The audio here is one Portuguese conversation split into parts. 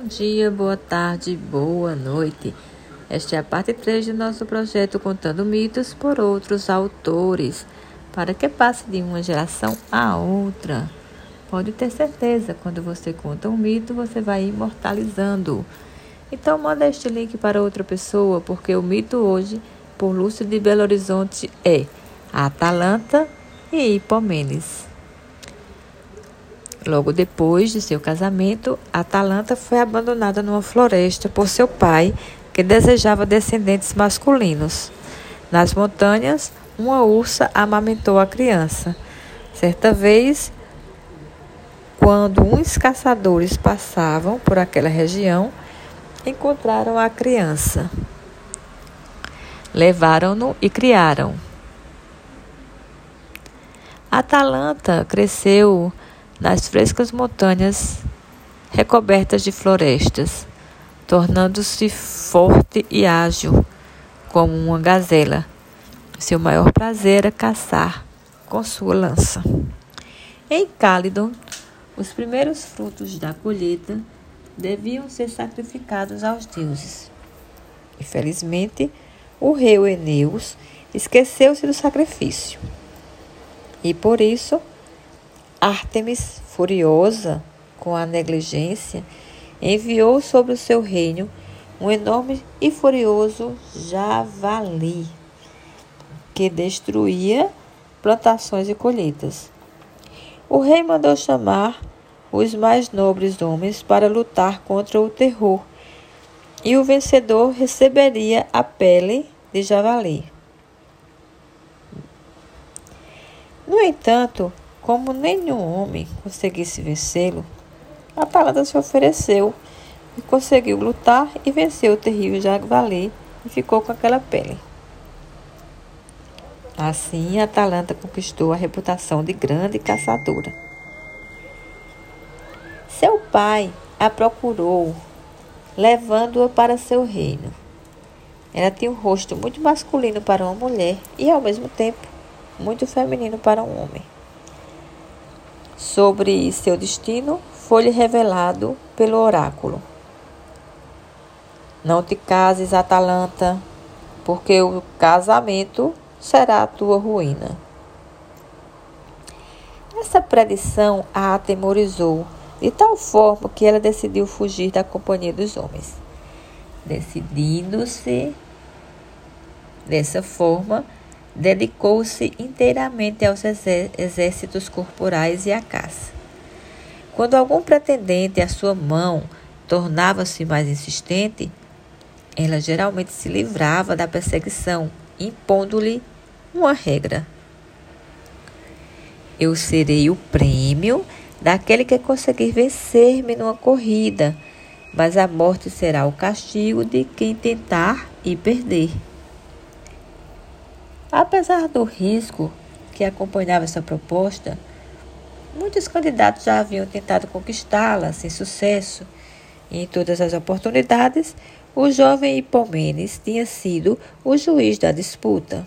Bom dia, boa tarde, boa noite. Esta é a parte 3 do nosso projeto Contando Mitos por Outros Autores, para que passe de uma geração a outra. Pode ter certeza, quando você conta um mito, você vai imortalizando. Então, manda este link para outra pessoa, porque o mito hoje, por Lúcio de Belo Horizonte, é a Atalanta e Hipomênides. Logo depois de seu casamento, Atalanta foi abandonada numa floresta por seu pai, que desejava descendentes masculinos. Nas montanhas, uma ursa amamentou a criança. Certa vez, quando uns caçadores passavam por aquela região, encontraram a criança. Levaram-no e criaram. Atalanta cresceu nas frescas montanhas recobertas de florestas, tornando-se forte e ágil, como uma gazela. Seu maior prazer era caçar com sua lança. Em Calidon, os primeiros frutos da colheita deviam ser sacrificados aos deuses. Infelizmente, o rei Eneus esqueceu-se do sacrifício. E por isso, Ártemis, furiosa com a negligência, enviou sobre o seu reino um enorme e furioso javali, que destruía plantações e colheitas. O rei mandou chamar os mais nobres homens para lutar contra o terror, e o vencedor receberia a pele de javali. No entanto, como nenhum homem conseguisse vencê-lo, Atalanta se ofereceu e conseguiu lutar e venceu o terrível javali e ficou com aquela pele. Assim, Atalanta conquistou a reputação de grande caçadora. Seu pai a procurou, levando-a para seu reino. Ela tinha um rosto muito masculino para uma mulher e, ao mesmo tempo, muito feminino para um homem. Sobre seu destino, foi-lhe revelado pelo oráculo. Não te cases, Atalanta, porque o casamento será a tua ruína. Essa predição a atemorizou, de tal forma que ela decidiu fugir da companhia dos homens. Decidindo-se dessa forma, dedicou-se inteiramente aos exércitos corporais e à caça. Quando algum pretendente à sua mão tornava-se mais insistente, ela geralmente se livrava da perseguição, impondo-lhe uma regra: eu serei o prêmio daquele que conseguir vencer-me numa corrida, mas a morte será o castigo de quem tentar e perder. Apesar do risco que acompanhava essa proposta, muitos candidatos já haviam tentado conquistá-la sem sucesso, e em todas as oportunidades, o jovem Hipomênides tinha sido o juiz da disputa.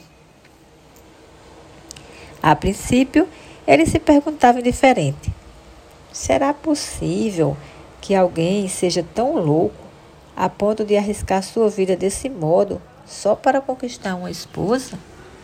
A princípio, ele se perguntava indiferente: será possível que alguém seja tão louco a ponto de arriscar sua vida desse modo só para conquistar uma esposa?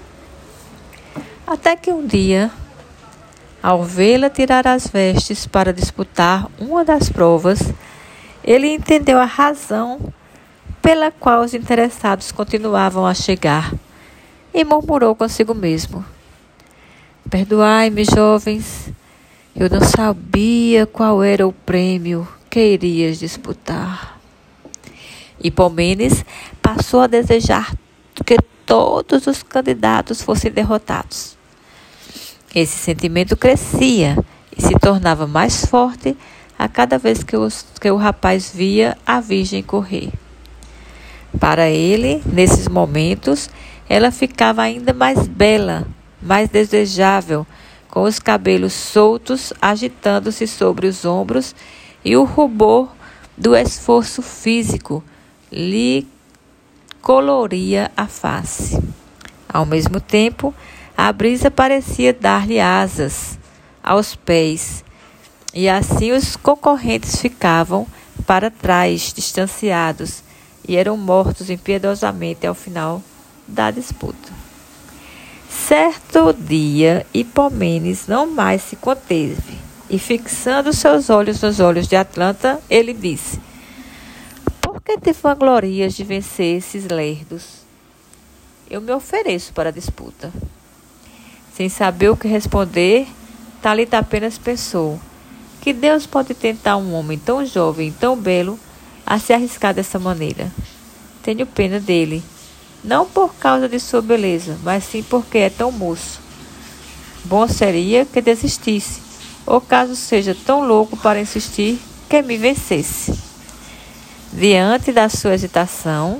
Até que um dia, ao vê-la tirar as vestes para disputar uma das provas, ele entendeu a razão pela qual os interessados continuavam a chegar e murmurou consigo mesmo: perdoai-me, jovens, eu não sabia qual era o prêmio que irias disputar. Hipomênides passou a desejar que todos os candidatos fossem derrotados. Esse sentimento crescia e se tornava mais forte a cada vez que o rapaz via a virgem correr. Para ele, nesses momentos, ela ficava ainda mais bela, mais desejável, com os cabelos soltos agitando-se sobre os ombros e o rubor do esforço físico lhe coloria a face. Ao mesmo tempo, a brisa parecia dar-lhe asas aos pés, e assim os concorrentes ficavam para trás, distanciados, e eram mortos impiedosamente ao final da disputa. Certo dia, Hipômenes não mais se conteve, e fixando seus olhos nos olhos de Atlanta, ele disse: por que te vanglorias de vencer esses lerdos? Eu me ofereço para a disputa. Sem saber o que responder, Talita apenas pensou: que Deus pode tentar um homem tão jovem e tão belo a se arriscar dessa maneira? Tenho pena dele, não por causa de sua beleza, mas sim porque é tão moço. Bom seria que desistisse, ou caso seja tão louco para insistir, que me vencesse. Diante da sua hesitação,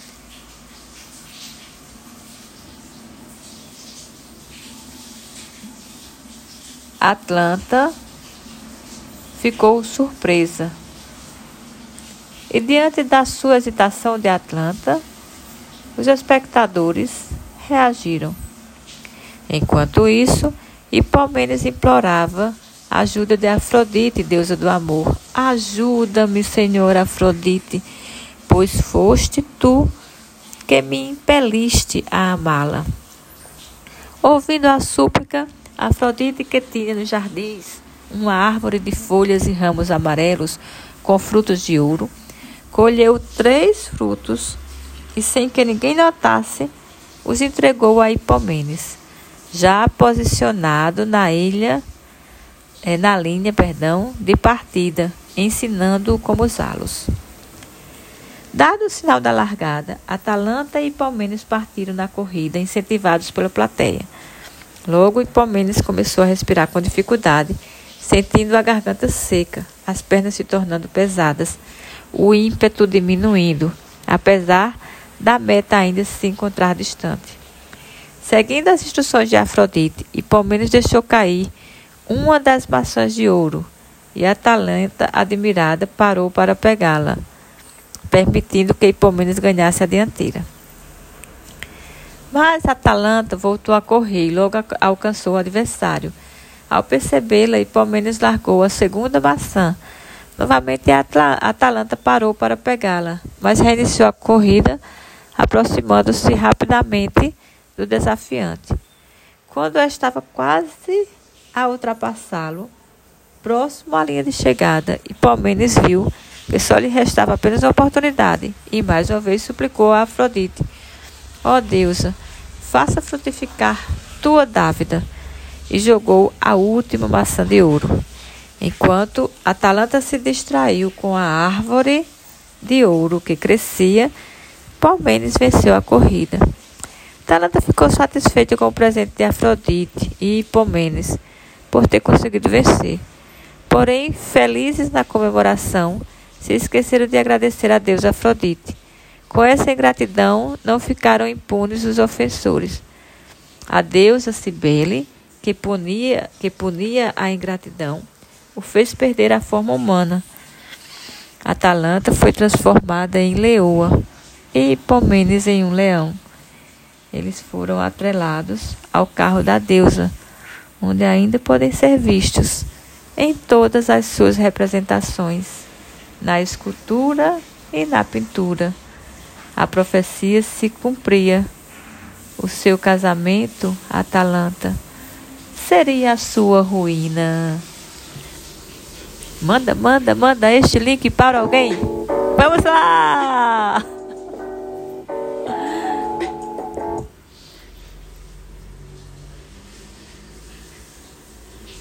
Atlanta ficou surpresa. E diante da sua hesitação de Atlanta, os espectadores reagiram. Enquanto isso, Hipômenes implorava a ajuda de Afrodite, deusa do amor. Ajuda-me, Senhor Afrodite, pois foste tu que me impeliste a amá-la. Ouvindo a súplica, Afrodite, que tinha nos jardins uma árvore de folhas e ramos amarelos com frutos de ouro, colheu 3 frutos e, sem que ninguém notasse, os entregou a Hipômenes, já posicionado na linha de partida, ensinando-o como usá-los. Dado o sinal da largada, Atalanta e Hipômenes partiram na corrida, incentivados pela plateia. Logo, Hipômenes começou a respirar com dificuldade, sentindo a garganta seca, as pernas se tornando pesadas, o ímpeto diminuindo, apesar da meta ainda se encontrar distante. Seguindo as instruções de Afrodite, Hipômenes deixou cair uma das maçãs de ouro, e Atalanta, admirada, parou para pegá-la, permitindo que Hipômenes ganhasse a dianteira. Mas Atalanta voltou a correr e logo alcançou o adversário. Ao percebê-la, Hipômenes largou a segunda maçã. Novamente, Atalanta parou para pegá-la, mas reiniciou a corrida, aproximando-se rapidamente do desafiante. Quando estava quase a ultrapassá-lo, próximo à linha de chegada, Hipômenes viu que só lhe restava apenas uma oportunidade e mais uma vez suplicou a Afrodite: ó deusa, faça frutificar tua dávida. E jogou a última maçã de ouro. Enquanto Atalanta se distraiu com a árvore de ouro que crescia, Hipômenes venceu a corrida. Atalanta ficou satisfeita com o presente de Afrodite e Hipômenes por ter conseguido vencer. Porém, felizes na comemoração, se esqueceram de agradecer a deusa Afrodite. Com essa ingratidão, não ficaram impunes os ofensores. A deusa Cibele, que punia a ingratidão, o fez perder a forma humana. Atalanta foi transformada em leoa e Hipômenes em um leão. Eles foram atrelados ao carro da deusa, onde ainda podem ser vistos em todas as suas representações, na escultura e na pintura. A profecia se cumpria. O seu casamento, Atalanta, seria a sua ruína. Manda este link para alguém. Vamos lá!